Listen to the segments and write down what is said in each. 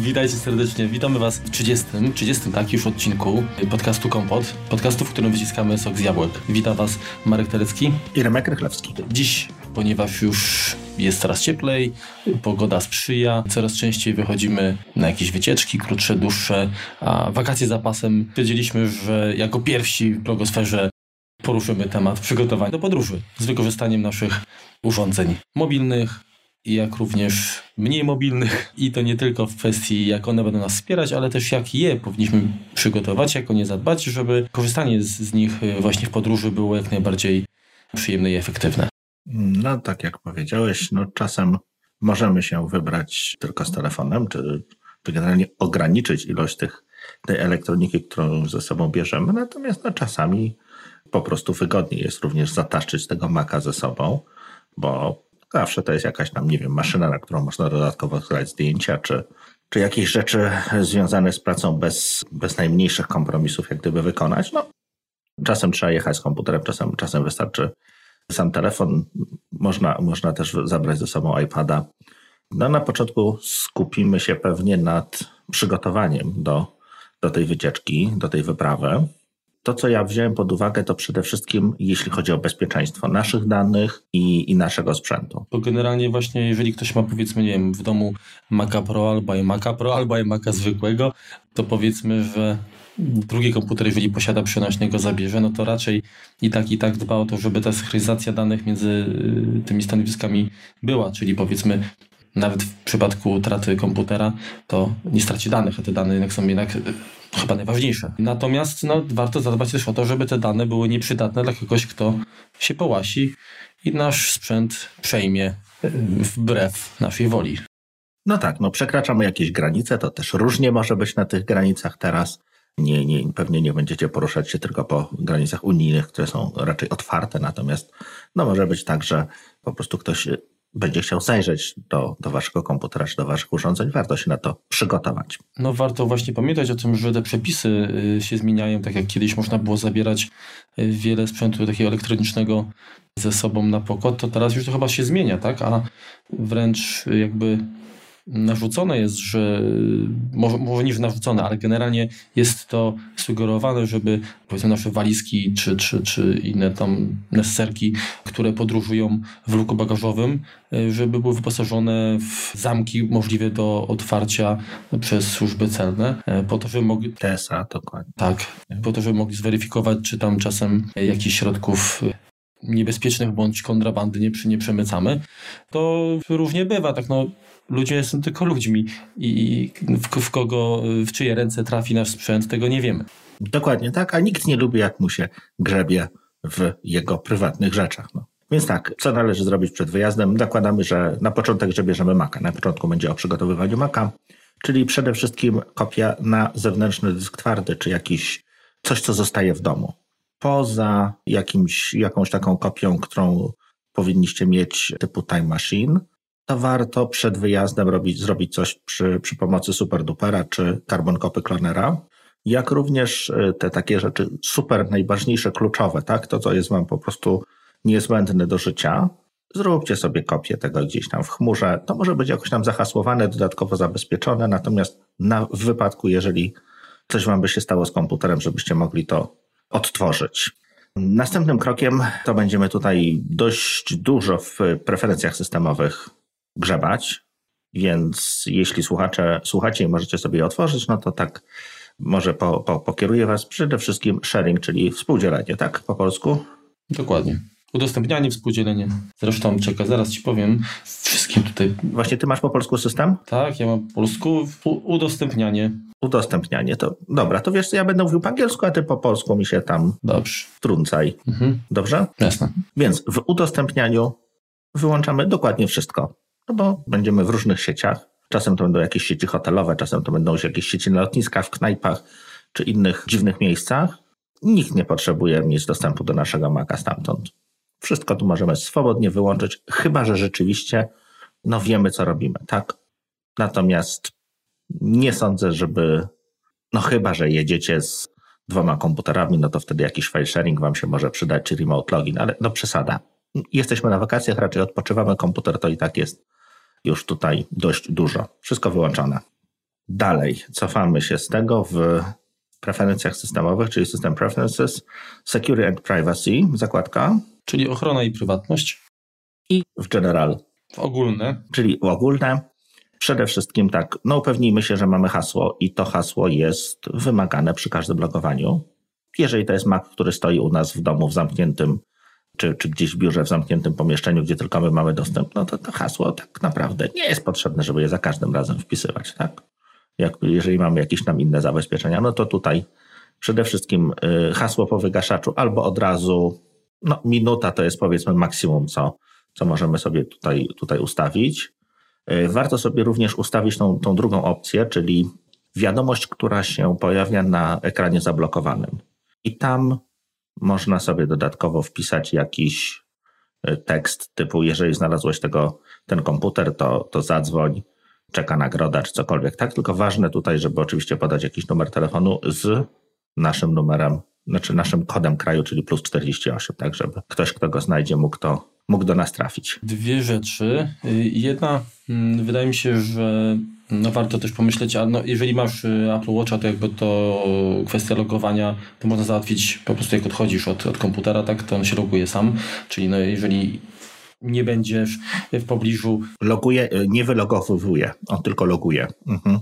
Witajcie serdecznie. Witamy Was w 30 tak już odcinku podcastu Kompot. Podcastu, w którym wyciskamy sok z jabłek. Witam Was Marek Telecki i Remek Rychlewski. Dziś, ponieważ już jest coraz cieplej, pogoda sprzyja, coraz częściej wychodzimy na jakieś wycieczki, krótsze, dłuższe, a wakacje za pasem. Stwierdziliśmy, że jako pierwsi w blogosferze poruszymy temat przygotowań do podróży z wykorzystaniem naszych urządzeń mobilnych, jak również mniej mobilnych i to nie tylko w kwestii, jak one będą nas wspierać, ale też jak je powinniśmy przygotować, jak o nie zadbać, żeby korzystanie z nich właśnie w podróży było jak najbardziej przyjemne i efektywne. No tak jak powiedziałeś, czasem możemy się wybrać tylko z telefonem, czy generalnie ograniczyć ilość tej elektroniki, którą ze sobą bierzemy, natomiast czasami po prostu wygodniej jest również zataszczyć tego Maca ze sobą, bo zawsze to jest jakaś tam, maszyna, na którą można dodatkowo zrobić zdjęcia, czy jakieś rzeczy związane z pracą bez najmniejszych kompromisów jak gdyby wykonać. Czasem trzeba jechać z komputerem, czasem wystarczy sam telefon. Można też zabrać ze sobą iPada. Na początku skupimy się pewnie nad przygotowaniem do tej wycieczki, do tej wyprawy. To, co ja wziąłem pod uwagę, to przede wszystkim jeśli chodzi o bezpieczeństwo naszych danych i naszego sprzętu. To generalnie właśnie, jeżeli ktoś ma, powiedzmy, w domu Maca Pro albo iMaca Pro albo iMaca zwykłego, to powiedzmy, że drugi komputer, jeżeli posiada przenośny, go zabierze, to raczej i tak dba o to, żeby ta synchronizacja danych między tymi stanowiskami była, czyli powiedzmy nawet w przypadku utraty komputera to nie straci danych, a te dane jednak są chyba najważniejsze. Natomiast warto zadbać też o to, żeby te dane były nieprzydatne dla kogoś, kto się połasi i nasz sprzęt przejmie wbrew naszej woli. Przekraczamy jakieś granice, to też różnie może być na tych granicach teraz. Pewnie nie będziecie poruszać się tylko po granicach unijnych, które są raczej otwarte, natomiast może być tak, że po prostu ktoś będzie chciał zajrzeć do waszego komputera czy do waszych urządzeń, warto się na to przygotować. Warto właśnie pamiętać o tym, że te przepisy się zmieniają, tak jak kiedyś można było zabierać wiele sprzętu takiego elektronicznego ze sobą na pokład, to teraz już to chyba się zmienia, tak? A wręcz jakby narzucone jest, że może nie narzucone, ale generalnie jest to sugerowane, żeby powiedzmy nasze walizki czy inne tam neserki, które podróżują w luku bagażowym, żeby były wyposażone w zamki możliwe do otwarcia przez służby celne, po to, żeby mogli... TSA, dokładnie. Tak, po to, żeby mogli zweryfikować, czy tam czasem jakichś środków niebezpiecznych bądź kontrabandy nie przemycamy. To różnie bywa, tak ludzie są tylko ludźmi i w czyje ręce trafi nasz sprzęt, tego nie wiemy. Dokładnie tak, a nikt nie lubi, jak mu się grzebie w jego prywatnych rzeczach. Więc tak, co należy zrobić przed wyjazdem? Zakładamy, że na początek, że bierzemy Maca. Na początku będzie o przygotowywaniu Maca, czyli przede wszystkim kopia na zewnętrzny dysk twardy, czy coś, co zostaje w domu. Poza jakąś taką kopią, którą powinniście mieć typu Time Machine, to warto przed wyjazdem zrobić coś przy pomocy SuperDupera czy Carbon Copy Clonera, jak również te takie rzeczy super najważniejsze, kluczowe, tak? To, co jest wam po prostu niezbędne do życia. Zróbcie sobie kopię tego gdzieś tam w chmurze. To może być jakoś tam zahasłowane, dodatkowo zabezpieczone, natomiast w wypadku, jeżeli coś wam by się stało z komputerem, żebyście mogli to odtworzyć. Następnym krokiem to będziemy tutaj dość dużo w preferencjach systemowych grzebać, więc jeśli słuchacie i możecie sobie je otworzyć, to tak może pokieruję was przede wszystkim sharing, czyli współdzielenie, tak po polsku? Dokładnie. Udostępnianie, współdzielenie. Zresztą, zaraz ci powiem wszystkim tutaj. Właśnie ty masz po polsku system? Tak, ja mam po polsku udostępnianie. Udostępnianie, to dobra, to wiesz co, ja będę mówił po angielsku, a ty po polsku mi się tam wtrącaj. Dobrze? Jasne. Więc w udostępnianiu wyłączamy dokładnie wszystko, bo będziemy w różnych sieciach. Czasem to będą jakieś sieci hotelowe, czasem to będą jakieś sieci na lotniskach, w knajpach czy innych dziwnych miejscach. Nikt nie potrzebuje mieć dostępu do naszego Maca stamtąd. Wszystko tu możemy swobodnie wyłączyć, chyba że rzeczywiście wiemy, co robimy, tak? Natomiast nie sądzę, chyba że jedziecie z 2 komputerami, to wtedy jakiś file sharing wam się może przydać, czy remote login, ale przesada. Jesteśmy na wakacjach, raczej odpoczywamy, komputer to i tak jest już tutaj dość dużo. Wszystko wyłączone. Dalej, cofamy się z tego w preferencjach systemowych, czyli System Preferences, Security and Privacy, zakładka. Czyli ochrona i prywatność. I w General. W ogólne. Czyli ogólne. Przede wszystkim tak, upewnijmy się, że mamy hasło i to hasło jest wymagane przy każdym logowaniu. Jeżeli to jest Mac, który stoi u nas w domu w zamkniętym, czy gdzieś w biurze w zamkniętym pomieszczeniu, gdzie tylko my mamy dostęp, no to hasło tak naprawdę nie jest potrzebne, żeby je za każdym razem wpisywać, tak? Jeżeli mamy jakieś tam inne zabezpieczenia, no to tutaj przede wszystkim hasło po wygaszaczu albo od razu, minuta to jest powiedzmy maksimum, co możemy sobie tutaj ustawić. Warto sobie również ustawić tą drugą opcję, czyli wiadomość, która się pojawia na ekranie zablokowanym. I tam można sobie dodatkowo wpisać jakiś tekst typu, jeżeli znalazłeś ten komputer, to zadzwoń, czeka nagroda czy cokolwiek. Tak, tylko ważne tutaj, żeby oczywiście podać jakiś numer telefonu z naszym numerem, znaczy naszym kodem kraju, czyli +48, tak, żeby ktoś, kto go znajdzie, mógł do nas trafić. Dwie rzeczy. Jedna, wydaje mi się, że warto też pomyśleć, jeżeli masz Apple Watcha, to jakby to kwestia logowania, to można załatwić po prostu jak odchodzisz od komputera, tak, to on się loguje sam, czyli jeżeli nie będziesz w pobliżu... Loguje, nie wylogowuje, on tylko loguje. Mhm.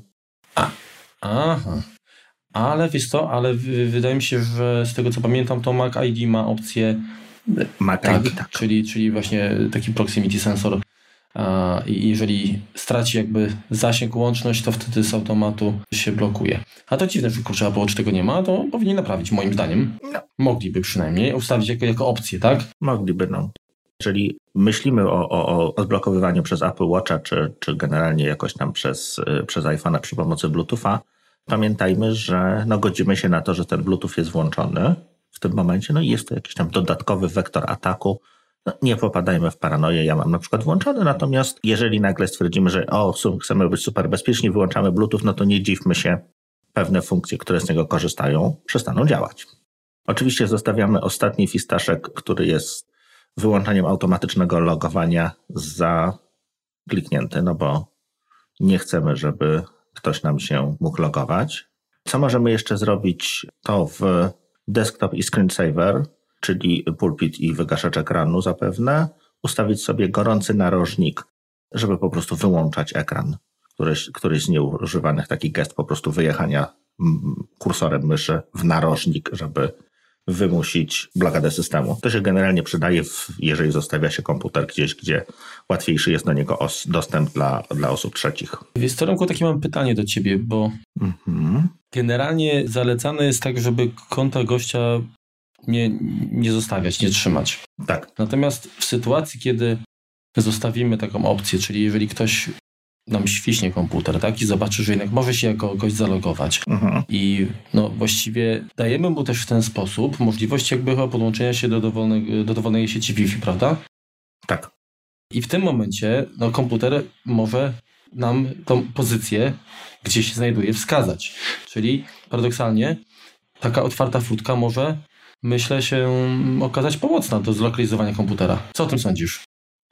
Aha. Ale wiesz co, wydaje mi się, że z tego co pamiętam, to Mac ID ma opcję tak. Czyli właśnie taki proximity sensor. I jeżeli straci jakby zasięg, łączność, to wtedy z automatu się blokuje. A to dziwne, że kurczę, Apple Watch tego nie ma, to powinien naprawić moim zdaniem. Mogliby przynajmniej ustawić jako opcję, tak? Mogliby, Jeżeli myślimy o odblokowywaniu przez Apple Watcha, czy generalnie jakoś tam przez iPhone'a przy pomocy Bluetootha, pamiętajmy, że godzimy się na to, że ten Bluetooth jest włączony w tym momencie, i jest to jakiś tam dodatkowy wektor ataku. Nie popadajmy w paranoję, ja mam na przykład włączony, natomiast jeżeli nagle stwierdzimy, że chcemy być super bezpieczni, wyłączamy Bluetooth, to nie dziwmy się, pewne funkcje, które z niego korzystają, przestaną działać. Oczywiście zostawiamy ostatni fistaszek, który jest wyłączaniem automatycznego logowania za kliknięty, bo nie chcemy, żeby ktoś nam się mógł logować. Co możemy jeszcze zrobić, to w desktop i screensaver, czyli pulpit i wygaszacz ekranu zapewne, ustawić sobie gorący narożnik, żeby po prostu wyłączać ekran. Któryś z nieużywanych taki gest po prostu wyjechania kursorem myszy w narożnik, żeby wymusić blokadę systemu. To się generalnie przydaje, jeżeli zostawia się komputer gdzieś, gdzie łatwiejszy jest do niego dostęp dla osób trzecich. Wiesz co, Romku, takie mam pytanie do ciebie, bo generalnie zalecane jest tak, żeby konta gościa nie zostawiać, nie trzymać. Tak. Natomiast w sytuacji, kiedy zostawimy taką opcję, czyli jeżeli ktoś nam świśnie komputer, tak, i zobaczy, że jednak może się jako gość zalogować i właściwie dajemy mu też w ten sposób możliwość jakby podłączenia się do dowolnej sieci Wi-Fi, prawda? Tak. I w tym momencie komputer może nam tą pozycję, gdzie się znajduje, wskazać. Czyli paradoksalnie taka otwarta furtka może, myślę, się okazać pomocna do zlokalizowania komputera. Co o tym sądzisz?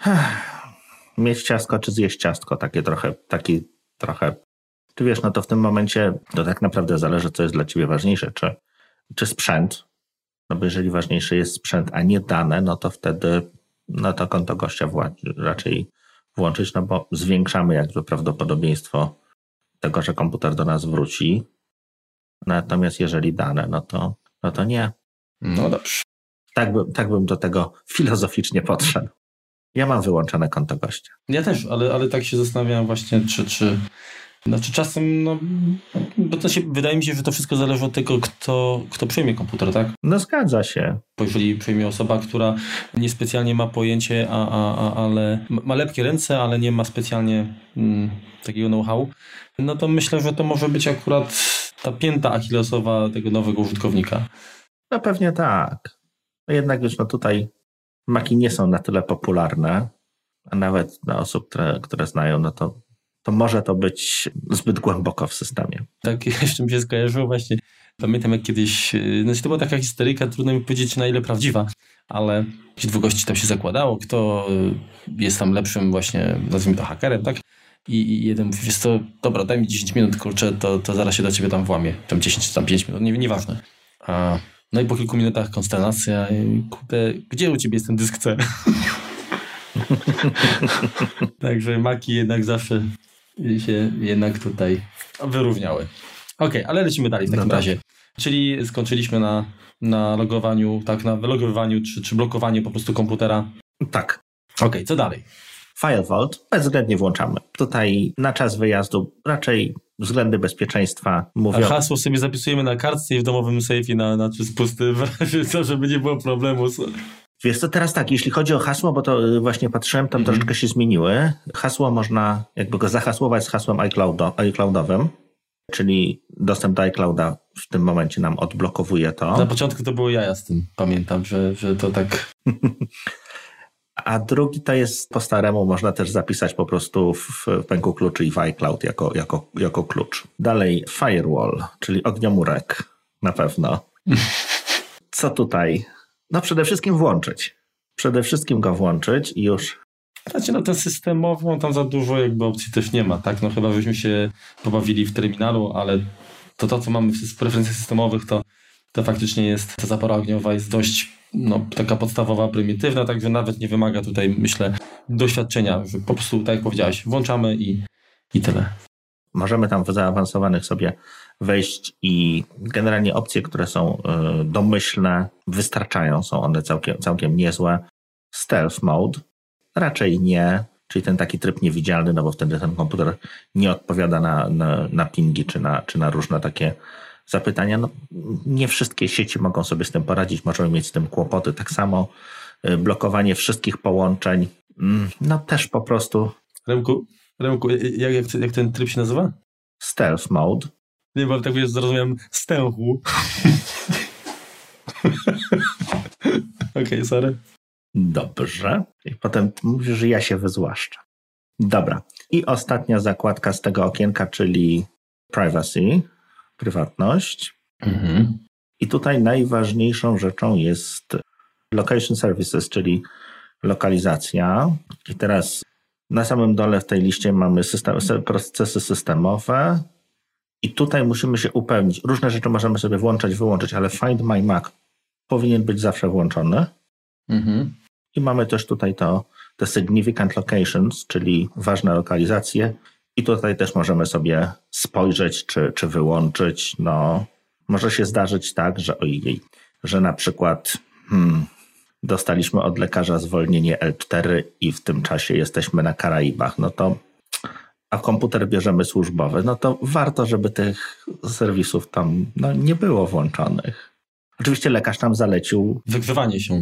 Mieć ciastko czy zjeść ciastko, taki trochę. Ty wiesz, to w tym momencie to tak naprawdę zależy, co jest dla ciebie ważniejsze, czy sprzęt, bo jeżeli ważniejszy jest sprzęt, a nie dane, to wtedy to konto gościa raczej włączyć, bo zwiększamy jakby prawdopodobieństwo tego, że komputer do nas wróci. Natomiast jeżeli dane, to nie. No dobrze. Tak bym do tego filozoficznie podszedł. Ja mam wyłączone konto gościa. Ja też, ale tak się zastanawiałem właśnie, czy czasem, bo to wydaje mi się, że to wszystko zależy od tego, kto przejmie komputer, tak? Zgadza się. Bo jeżeli przejmie osoba, która niespecjalnie ma pojęcie, ale ma lepkie ręce, ale nie ma specjalnie takiego know-how, to myślę, że to może być akurat ta pięta achillesowa tego nowego użytkownika. Pewnie tak. Jednak wiesz, tutaj Maki nie są na tyle popularne, a nawet dla osób, które znają, to może to być zbyt głęboko w systemie. Tak, jeszcze mi się skojarzyło właśnie. Pamiętam jak kiedyś, to była taka historyjka, trudno mi powiedzieć na ile prawdziwa, ale dwóch gości tam się zakładało, kto jest tam lepszym właśnie, nazwijmy to hakerem, tak? i jeden mówi, wiesz co, dobra, daj mi 10 minut, kurczę, to zaraz się do ciebie tam włamię. Tam 10 czy tam 5 minut, nieważne. No i po kilku minutach konsternacja, kurde, gdzie u ciebie jest ten dysk C? Także Maki jednak zawsze się jednak tutaj wyrówniały. Okej, ale lecimy dalej w takim razie. Czyli skończyliśmy na logowaniu, tak, na wylogowywaniu czy blokowaniu po prostu komputera. Tak. Okej, co dalej? FileVault bezwzględnie włączamy. Tutaj na czas wyjazdu raczej względy bezpieczeństwa mówią... A hasło sobie zapisujemy na kartce i w domowym sejfie na czas pusty, żeby nie było problemu. Wiesz co, teraz tak, jeśli chodzi o hasło, bo to właśnie patrzyłem, tam troszeczkę się zmieniły. Hasło można jakby go zahasłować z hasłem iCloudowym, czyli dostęp do iClouda w tym momencie nam odblokowuje to. Na początku to było jaja z tym, pamiętam, że to tak... A drugi to jest po staremu, można też zapisać po prostu w pęku kluczy i w iCloud jako klucz. Dalej firewall, czyli ogniomurek na pewno. Co tutaj? No przede wszystkim włączyć. Przede wszystkim go włączyć i już... Znaczy no tę systemową tam za dużo jakby opcji też nie ma, tak? No chyba byśmy się pobawili w terminalu, ale to co mamy w preferencjach systemowych to faktycznie jest, ta zapora ogniowa jest dość taka podstawowa, prymitywna, także nawet nie wymaga tutaj, myślę, doświadczenia, że po prostu, tak jak powiedziałeś, włączamy i tyle. Możemy tam w zaawansowanych sobie wejść i generalnie opcje, które są domyślne, wystarczają, są one całkiem niezłe. Stealth mode raczej nie, czyli ten taki tryb niewidzialny, no bo wtedy ten komputer nie odpowiada na pingi czy na różne takie zapytania. No, nie wszystkie sieci mogą sobie z tym poradzić, możemy mieć z tym kłopoty. Tak samo blokowanie wszystkich połączeń, no też po prostu... Remku, jak ten tryb się nazywa? Stealth mode. Nie, bo tak już zrozumiałem stęchu. Okej, sorry. Dobrze. I potem mówisz, że ja się wyzłaszczę. Dobra. I ostatnia zakładka z tego okienka, czyli privacy, prywatność. Mhm. I tutaj najważniejszą rzeczą jest location services, czyli lokalizacja. I teraz na samym dole w tej liście mamy procesy systemowe i tutaj musimy się upewnić. Różne rzeczy możemy sobie włączać, wyłączyć, ale Find My Mac powinien być zawsze włączony. Mhm. I mamy też tutaj te significant locations, czyli ważne lokalizacje. I tutaj też możemy sobie spojrzeć, czy wyłączyć. No, może się zdarzyć tak, że na przykład dostaliśmy od lekarza zwolnienie L4 i w tym czasie jesteśmy na Karaibach, a komputer bierzemy służbowy, no to warto, żeby tych serwisów tam nie było włączonych. Oczywiście lekarz tam zalecił wygrzewanie się.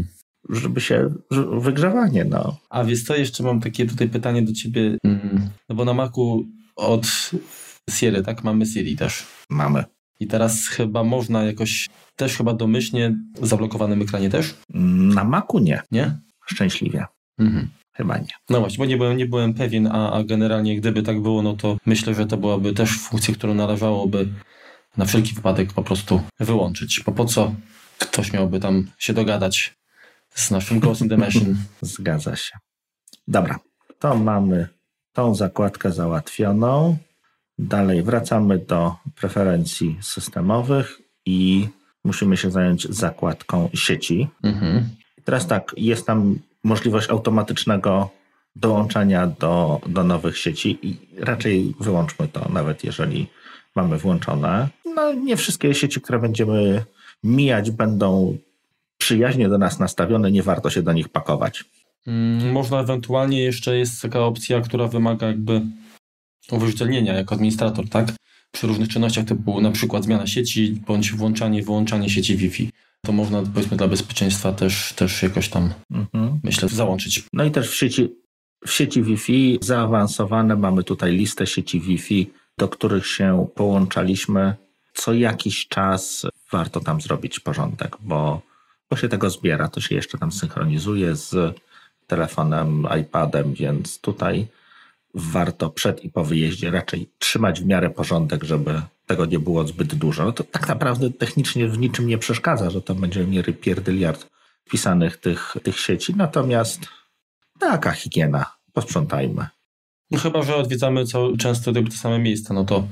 Wygrzewanie, A wiesz co, jeszcze mam takie tutaj pytanie do ciebie, no bo na Macu od Siri, tak? Mamy Siri też. Mamy. I teraz chyba można jakoś też chyba domyślnie w zablokowanym ekranie też? Na Macu nie. Nie? Szczęśliwie. Mhm. Chyba nie. No właśnie, bo nie byłem pewien, a generalnie gdyby tak było, no to myślę, że to byłaby też funkcja, którą należałoby na wszelki wypadek po prostu wyłączyć. Bo po co ktoś miałby tam się dogadać z naszym Ghost in the Machine? Zgadza się. Dobra, to mamy tą zakładkę załatwioną. Dalej wracamy do preferencji systemowych i musimy się zająć zakładką sieci. Mhm. Teraz tak, jest tam możliwość automatycznego dołączania do nowych sieci i raczej wyłączmy to, nawet jeżeli mamy włączone. No nie wszystkie sieci, które będziemy mijać, będą przyjaźnie do nas nastawione, nie warto się do nich pakować. Można ewentualnie, jeszcze jest taka opcja, która wymaga jakby uwierzytelnienia jako administrator, tak? Przy różnych czynnościach typu na przykład zmiana sieci, bądź włączanie, wyłączanie sieci Wi-Fi. To można, powiedzmy, dla bezpieczeństwa też jakoś tam, myślę, załączyć. No i też w sieci Wi-Fi zaawansowane mamy tutaj listę sieci Wi-Fi, do których się połączaliśmy. Co jakiś czas warto tam zrobić porządek, bo się tego zbiera, to się jeszcze tam synchronizuje z telefonem, iPadem, więc tutaj warto przed i po wyjeździe raczej trzymać w miarę porządek, żeby tego nie było zbyt dużo. No to tak naprawdę technicznie w niczym nie przeszkadza, że to będziemy mieli pierdyliard wpisanych tych sieci, natomiast taka higiena, posprzątajmy. No chyba, że odwiedzamy często te same miejsca,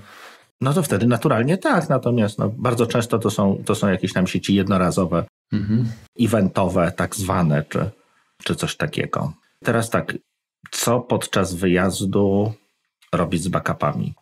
No to wtedy naturalnie tak, natomiast bardzo często to są jakieś tam sieci jednorazowe, eventowe tak zwane, czy coś takiego. Teraz tak, co podczas wyjazdu robić z backupami?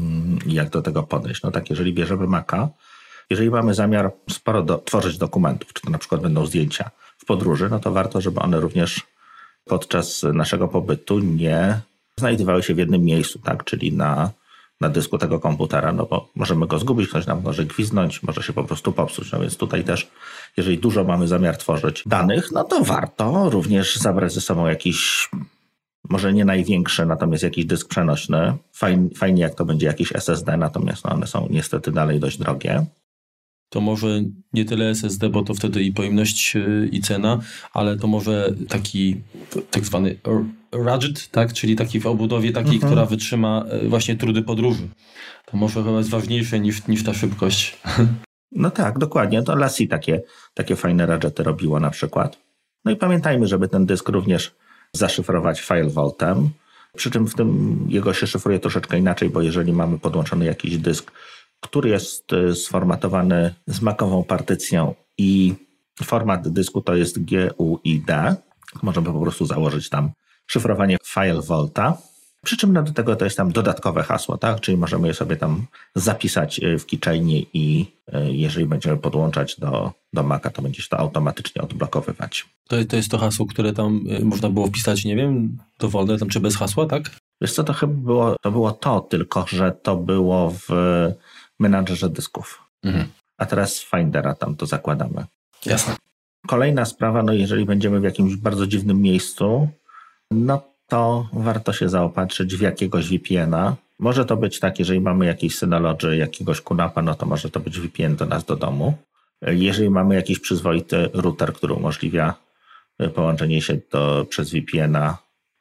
Jak do tego podejść? No tak, jeżeli bierzemy Maca, jeżeli mamy zamiar sporo tworzyć dokumentów, czy to na przykład będą zdjęcia w podróży, no to warto, żeby one również podczas naszego pobytu nie znajdowały się w jednym miejscu, tak? Czyli na dysku tego komputera, no bo możemy go zgubić, ktoś nam może gwizdnąć, może się po prostu popsuć. No więc tutaj też, jeżeli dużo mamy zamiar tworzyć danych, no to warto również zabrać ze sobą jakiś, może nie największy, natomiast jakiś dysk przenośny. Fajnie jak to będzie jakiś SSD, natomiast one są niestety dalej dość drogie. To może nie tyle SSD, bo to wtedy i pojemność, i cena, ale to może taki tak zwany rugged, tak? Czyli taki w obudowie takiej, która wytrzyma właśnie trudy podróży. To może chyba jest ważniejsze niż ta szybkość. No tak, dokładnie. To LaCie takie fajne ruggedy robiło na przykład. No i pamiętajmy, żeby ten dysk również zaszyfrować file vaultem. Przy czym w tym jego się szyfruje troszeczkę inaczej, bo jeżeli mamy podłączony jakiś dysk, który jest sformatowany z makową partycją i format dysku to jest GUID, możemy po prostu założyć tam szyfrowanie file vaulta. Przy czym do tego to jest tam dodatkowe hasło, tak? Czyli możemy je sobie tam zapisać w keychainie i jeżeli będziemy podłączać do Maca, to będzie się to automatycznie odblokowywać. To jest to hasło, które tam można było wpisać, nie wiem, dowolne tam czy bez hasła, tak? Wiesz co, to chyba było to, tylko że to było w menadżerze dysków. A teraz z Findera tam to zakładamy. Jasne. Kolejna sprawa, no jeżeli będziemy w jakimś bardzo dziwnym miejscu, no to warto się zaopatrzyć w jakiegoś VPN-a. Może to być tak, jeżeli mamy jakiś Synology, jakiegoś QNAP-a, no to może to być VPN do nas do domu. Jeżeli mamy jakiś przyzwoity router, który umożliwia połączenie się przez VPN-a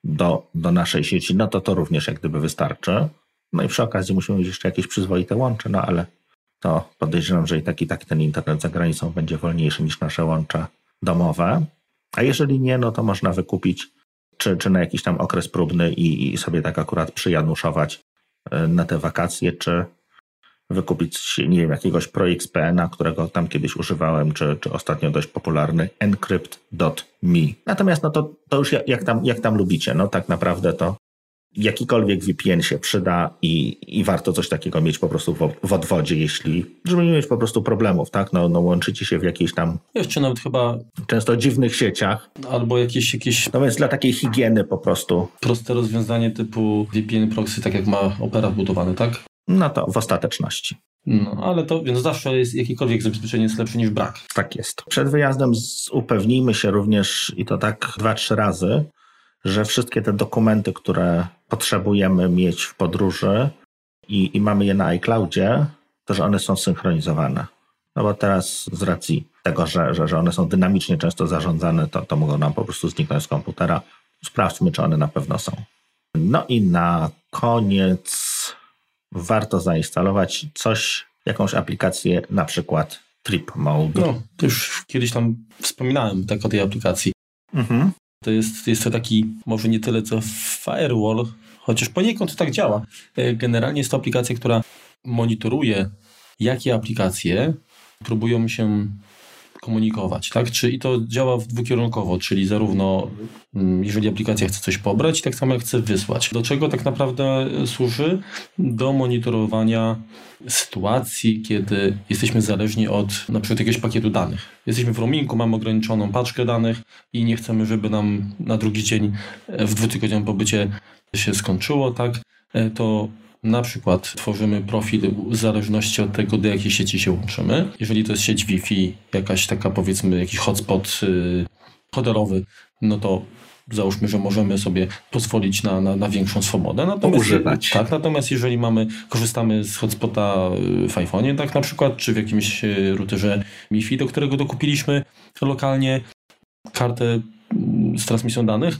do naszej sieci, no to również jak gdyby wystarczy. No i przy okazji musimy mieć jeszcze jakieś przyzwoite łącze, no ale to podejrzewam, że i tak ten internet za granicą będzie wolniejszy niż nasze łącza domowe. A jeżeli nie, no to można wykupić czy na jakiś tam okres próbny i sobie tak akurat przyjanuszować na te wakacje, czy wykupić, nie wiem, jakiegoś ProXPN-a, którego tam kiedyś używałem, czy ostatnio dość popularny encrypt.me. Natomiast no to już jak tam lubicie, no tak naprawdę to jakikolwiek VPN się przyda i warto coś takiego mieć po prostu w odwodzie, żeby nie mieć po prostu problemów, tak? No łączycie się w jakiejś tam Jeszcze nawet chyba często dziwnych sieciach. Albo jakieś No więc dla takiej higieny po prostu. Proste rozwiązanie typu VPN proxy, tak jak ma Opera wbudowany, tak? No to w ostateczności. No, ale to, więc zawsze jest jakiekolwiek zabezpieczenie jest lepsze niż brak. Tak jest. Przed wyjazdem upewnijmy się również, i to tak 2-3 razy, że wszystkie te dokumenty, które potrzebujemy mieć w podróży i mamy je na iCloudzie, to że one są synchronizowane. No bo teraz z racji tego, że one są dynamicznie często zarządzane, to mogą nam po prostu zniknąć z komputera. Sprawdźmy, czy one na pewno są. No i na koniec warto zainstalować jakąś aplikację, na przykład Trip Mode. No, to już kiedyś tam wspominałem tak o tej aplikacji. To jest to taki, może nie tyle co firewall, chociaż poniekąd to tak działa. Generalnie jest to aplikacja, która monitoruje, jakie aplikacje próbują się komunikować, tak? I to działa dwukierunkowo, czyli zarówno jeżeli aplikacja chce coś pobrać, tak samo jak chce wysłać. Do czego tak naprawdę służy? Do monitorowania sytuacji, kiedy jesteśmy zależni od na przykład jakiegoś pakietu danych. Jesteśmy w roamingu, mamy ograniczoną paczkę danych i nie chcemy, żeby nam na drugi dzień w 2-tygodniowym pobycie się skończyło, tak? To na przykład tworzymy profil w zależności od tego, do jakiej sieci się łączymy. Jeżeli to jest sieć Wi-Fi, jakaś taka powiedzmy jakiś hotspot hotelowy, no to załóżmy, że możemy sobie pozwolić na większą swobodę. Używać. Tak, natomiast jeżeli korzystamy z hotspota w iPhone'ie, tak na przykład, czy w jakimś routerze Wi-Fi, do którego dokupiliśmy lokalnie kartę z transmisją danych,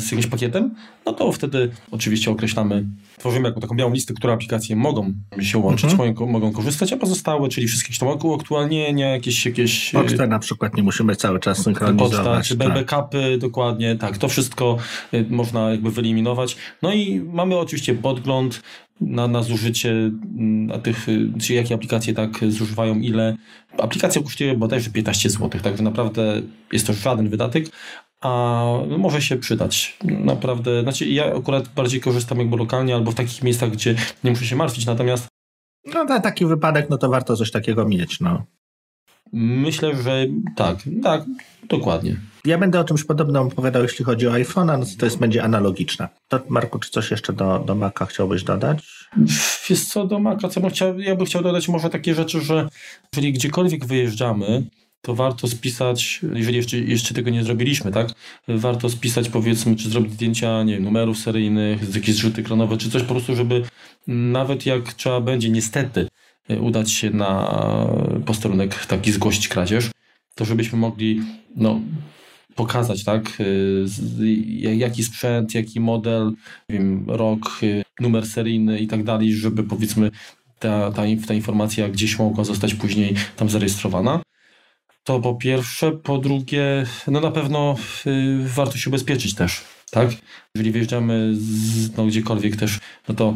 z jakimś pakietem, no to wtedy oczywiście określamy, tworzymy jako taką białą listę, które aplikacje mogą się łączyć, mogą korzystać, a pozostałe, czyli wszystkie tam uaktualnienia, jakieś Pocztę na przykład nie musimy cały czas synchronizować. Poczta, czy backupy, dokładnie, tak, to wszystko można jakby wyeliminować. No i mamy oczywiście podgląd na zużycie na tych, czy jakie aplikacje tak zużywają, ile. Aplikacja kosztuje bodajże 15 zł, także naprawdę jest to żaden wydatek, a może się przydać. Naprawdę, znaczy ja akurat bardziej korzystam jakby lokalnie albo w takich miejscach, gdzie nie muszę się martwić, natomiast no na taki wypadek, no to warto coś takiego mieć, no. Myślę, że tak, dokładnie. Ja będę o czymś podobnym opowiadał, jeśli chodzi o iPhone'a, no to będzie analogiczne. To Marku, czy coś jeszcze do Maca chciałbyś dodać? Wiesz co, do Maca, ja bym chciał dodać może takie rzeczy, że jeżeli gdziekolwiek wyjeżdżamy, to warto spisać, jeżeli jeszcze tego nie zrobiliśmy, tak? Warto spisać, powiedzmy, czy zrobić zdjęcia, nie wiem, numerów seryjnych, jakieś zrzuty ekranowe, czy coś po prostu, żeby nawet jak trzeba będzie niestety udać się na posterunek taki zgłosić kradzież, to żebyśmy mogli pokazać, tak, jaki sprzęt, jaki model, nie wiem, rok, numer seryjny i tak dalej, żeby powiedzmy ta informacja gdzieś mogła zostać później tam zarejestrowana. To po pierwsze. Po drugie, na pewno warto się ubezpieczyć też, tak? Jeżeli wyjeżdżamy gdziekolwiek też, no to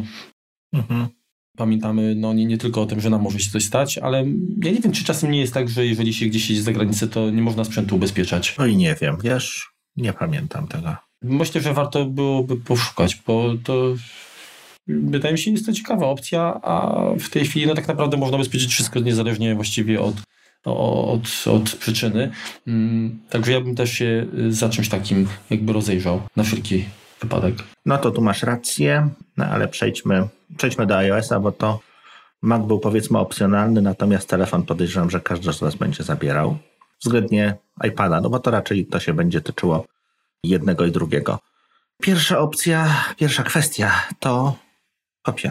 pamiętamy nie tylko o tym, że nam może się coś stać, ale ja nie wiem, czy czasem nie jest tak, że jeżeli się gdzieś jedzie za granicę, to nie można sprzętu ubezpieczać. No i nie wiem, wiesz, nie pamiętam tego. Myślę, że warto byłoby poszukać, bo to wydaje mi się, jest to ciekawa opcja, a w tej chwili tak naprawdę można ubezpieczyć wszystko niezależnie właściwie od przyczyny. Także ja bym też się za czymś takim jakby rozejrzał na wszelki wypadek. No to tu masz rację, ale przejdźmy do iOS-a, bo to Mac był powiedzmy opcjonalny, natomiast telefon podejrzewam, że każdy z nas będzie zabierał. Względnie iPada, no bo to raczej to się będzie tyczyło jednego i drugiego. Pierwsza kwestia to kopia.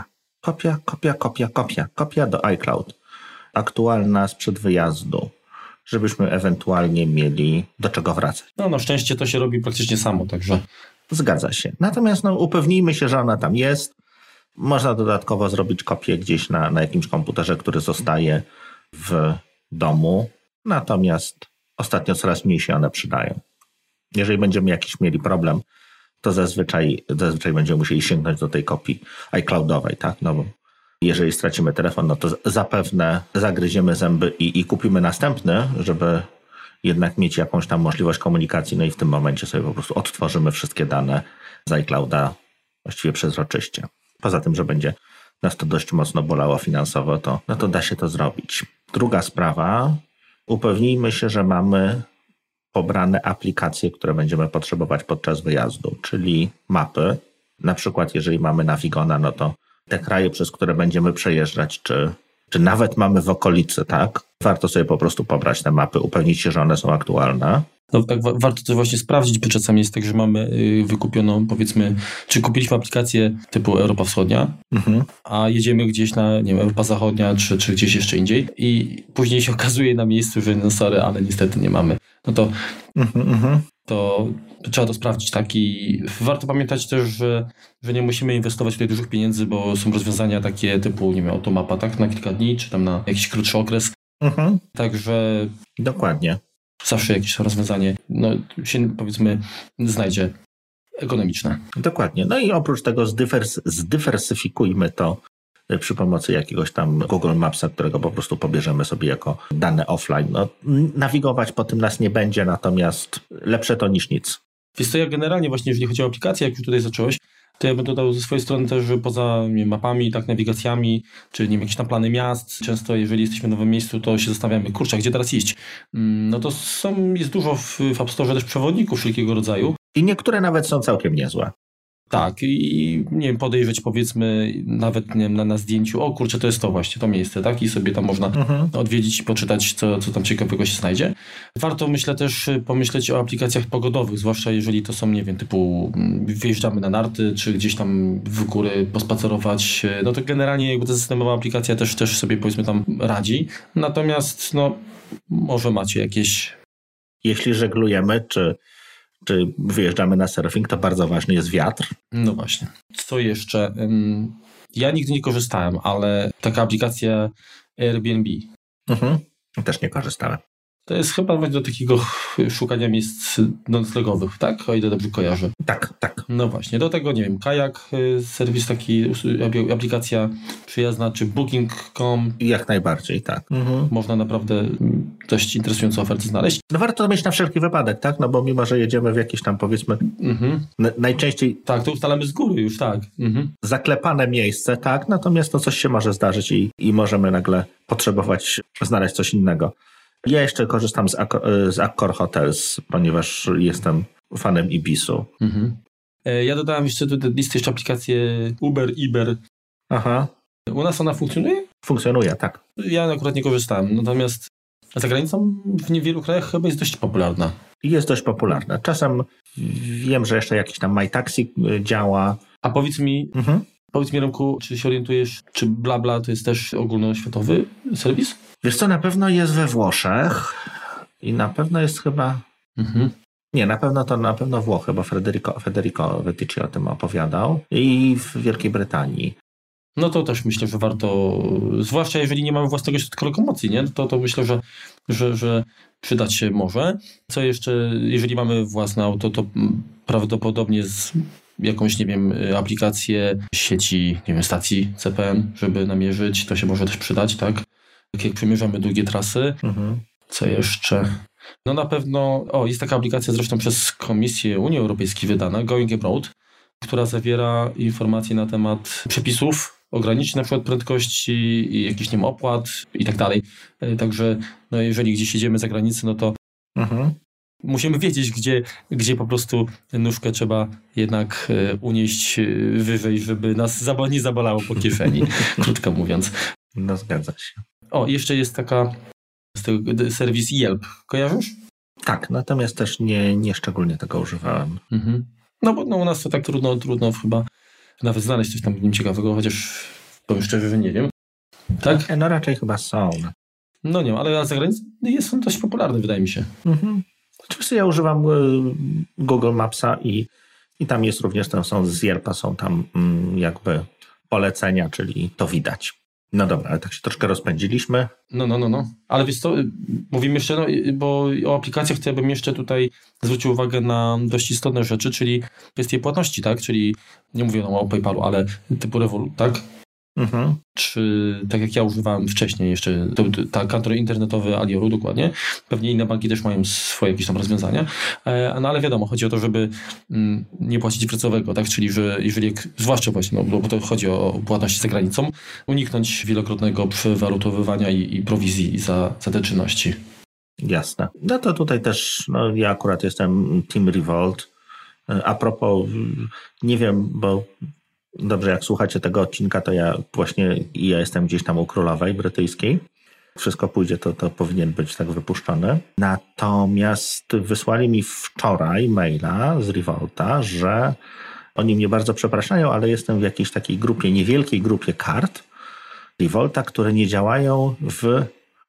Kopia do iCloud. Aktualna sprzed wyjazdu, żebyśmy ewentualnie mieli do czego wracać. Na szczęście to się robi praktycznie samo, także... Zgadza się. Natomiast upewnijmy się, że ona tam jest. Można dodatkowo zrobić kopię gdzieś na jakimś komputerze, który zostaje w domu. Natomiast ostatnio coraz mniej się one przydają. Jeżeli będziemy jakiś mieli problem, to zazwyczaj będziemy musieli sięgnąć do tej kopii iCloudowej, tak? No bo jeżeli stracimy telefon, no to zapewne zagryziemy zęby i kupimy następny, żeby jednak mieć jakąś tam możliwość komunikacji, no i w tym momencie sobie po prostu odtworzymy wszystkie dane z iClouda właściwie przezroczyście. Poza tym, że będzie nas to dość mocno bolało finansowo, to da się to zrobić. Druga sprawa, upewnijmy się, że mamy pobrane aplikacje, które będziemy potrzebować podczas wyjazdu, czyli mapy. Na przykład jeżeli mamy Navigona, no to te kraje, przez które będziemy przejeżdżać, czy nawet mamy w okolicy, tak? Warto sobie po prostu pobrać te mapy, upewnić się, że one są aktualne. No tak, warto to właśnie sprawdzić, bo czasami jest tak, że mamy wykupioną, powiedzmy, czy kupiliśmy aplikację typu Europa Wschodnia, a jedziemy gdzieś na, nie wiem, Europa Zachodnia, czy gdzieś jeszcze indziej i później się okazuje na miejscu, że no sorry, ale niestety nie mamy. No to to trzeba to sprawdzić, tak? I warto pamiętać też, że nie musimy inwestować tutaj dużych pieniędzy, bo są rozwiązania takie typu, nie wiem, automapa, tak? Na kilka dni, czy tam na jakiś krótszy okres. Także... Dokładnie. Zawsze jakieś rozwiązanie, się powiedzmy znajdzie ekonomiczne. Dokładnie. No i oprócz tego zdywersyfikujmy to przy pomocy jakiegoś tam Google Mapsa, którego po prostu pobierzemy sobie jako dane offline. Nawigować po tym nas nie będzie, natomiast lepsze to niż nic. Wiesz co, ja generalnie właśnie, jeżeli chodzi o aplikacje, jak już tutaj zacząłeś, to ja bym dodał ze swojej strony też, że poza mapami, tak, nawigacjami, czy nie wiem, jakieś tam plany miast, często jeżeli jesteśmy w nowym miejscu, to się zastanawiamy, kurczę, gdzie teraz iść? No to jest dużo w App Store też przewodników wszelkiego rodzaju. I niektóre nawet są całkiem niezłe. Tak, i nie wiem, podejrzeć powiedzmy nawet nie wiem, na zdjęciu, o kurczę, to jest to właśnie, to miejsce, tak? I sobie tam można odwiedzić i poczytać, co tam ciekawego się znajdzie. Warto, myślę, też pomyśleć o aplikacjach pogodowych, zwłaszcza jeżeli to są, nie wiem, typu wyjeżdżamy na narty, czy gdzieś tam w góry pospacerować, no to generalnie jakby ta systemowa aplikacja też sobie powiedzmy tam radzi. Natomiast może macie jakieś... Jeśli żeglujemy, czy czy wyjeżdżamy na surfing, to bardzo ważny jest wiatr. No właśnie. Co jeszcze? Ja nigdy nie korzystałem, ale taka aplikacja Airbnb. Też nie korzystałem. To jest chyba do takiego szukania miejsc noclegowych, tak? O ile dobrze kojarzę. Tak. No właśnie, do tego, nie wiem, Kajak, serwis taki, aplikacja przyjazna, czy Booking.com. Jak najbardziej, tak. Można naprawdę dość interesujące oferty znaleźć. No warto to mieć na wszelki wypadek, tak? No bo mimo, że jedziemy w jakieś tam, powiedzmy, najczęściej... Tak, to ustalamy z góry już, tak. Zaklepane miejsce, tak? Natomiast to coś się może zdarzyć i możemy nagle potrzebować znaleźć coś innego. Ja jeszcze korzystam z Accor Hotels, ponieważ jestem fanem Ibisu. Ja dodałem jeszcze do listy aplikację Uber, Iber. Aha. U nas ona funkcjonuje? Funkcjonuje, tak. Ja akurat nie korzystałem, natomiast za granicą w niewielu krajach chyba jest dość popularna. Jest dość popularna. Czasem wiem, że jeszcze jakiś tam MyTaxi działa. A powiedz mi, Remku, czy się orientujesz, czy BlaBla to jest też ogólnoświatowy serwis? Wiesz co, na pewno jest we Włoszech i na pewno jest chyba... Nie, na pewno Włochy, bo Federico Vettici o tym opowiadał i w Wielkiej Brytanii. No to też myślę, że warto, zwłaszcza jeżeli nie mamy własnego środka lokomocji, nie? To myślę, że przydać się może. Co jeszcze, jeżeli mamy własne auto, to prawdopodobnie z jakąś, nie wiem, aplikację sieci, nie wiem, stacji CPN, żeby namierzyć, to się może też przydać, tak? Jak przemierzamy długie trasy. Co jeszcze? No na pewno, jest taka aplikacja zresztą przez Komisję Unii Europejskiej wydana, Going Abroad, która zawiera informacje na temat przepisów, ograniczeń na przykład prędkości i jakichś, nie wiem, opłat i tak dalej. Także no jeżeli gdzieś jedziemy za granicę, no to musimy wiedzieć, gdzie po prostu nóżkę trzeba jednak unieść wyżej, żeby nas nie zabolało po kieszeni, krótko mówiąc. No zgadza się. Jeszcze jest taka serwis Yelp. Kojarzysz? Tak, natomiast też nie szczególnie tego używałem. No bo u nas to tak trudno chyba nawet znaleźć coś tam w nim ciekawego, chociaż powiem szczerze, że nie wiem. Tak? No raczej chyba są. No nie, ale za granicą jest on dość popularny, wydaje mi się. Oczywiście ja używam Google Mapsa i tam jest również, są z Yelpa, są tam jakby polecenia, czyli to widać. No dobra, ale tak się troszkę rozpędziliśmy. No. Ale wiesz co, mówimy jeszcze, bo o aplikacjach to ja bym jeszcze tutaj zwrócił uwagę na dość istotne rzeczy, czyli kwestie płatności, tak? Czyli nie mówię o PayPalu, ale typu Revolut, tak? Czy tak jak ja używałem wcześniej jeszcze, kantor internetowy Alioru dokładnie, pewnie inne banki też mają swoje jakieś tam rozwiązania, no ale wiadomo, chodzi o to, żeby nie płacić wracowego, tak, czyli że jeżeli, zwłaszcza właśnie, no, bo to chodzi o płatności za granicą, uniknąć wielokrotnego przewalutowywania i prowizji za te czynności. Jasne. No to tutaj też, ja akurat jestem Team Revolt. A propos, nie wiem, bo dobrze, jak słuchacie tego odcinka, to ja jestem gdzieś tam u królowej brytyjskiej. Wszystko pójdzie, to powinien być tak wypuszczony. Natomiast wysłali mi wczoraj maila z Revolta, że oni mnie bardzo przepraszają, ale jestem w jakiejś takiej grupie, niewielkiej grupie kart Revolta, które nie działają w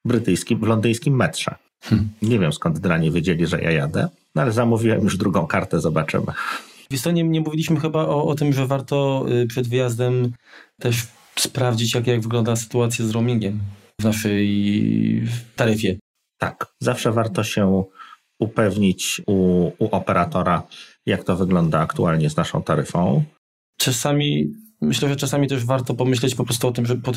londyńskim metrze. Nie wiem, skąd dranie wiedzieli, że ja jadę, no ale zamówiłem już drugą kartę, zobaczymy. Wiesz co, nie mówiliśmy chyba o tym, że warto przed wyjazdem też sprawdzić, jak wygląda sytuacja z roamingiem w naszej taryfie. Tak, zawsze warto się upewnić u operatora, jak to wygląda aktualnie z naszą taryfą. Myślę, że czasami też warto pomyśleć po prostu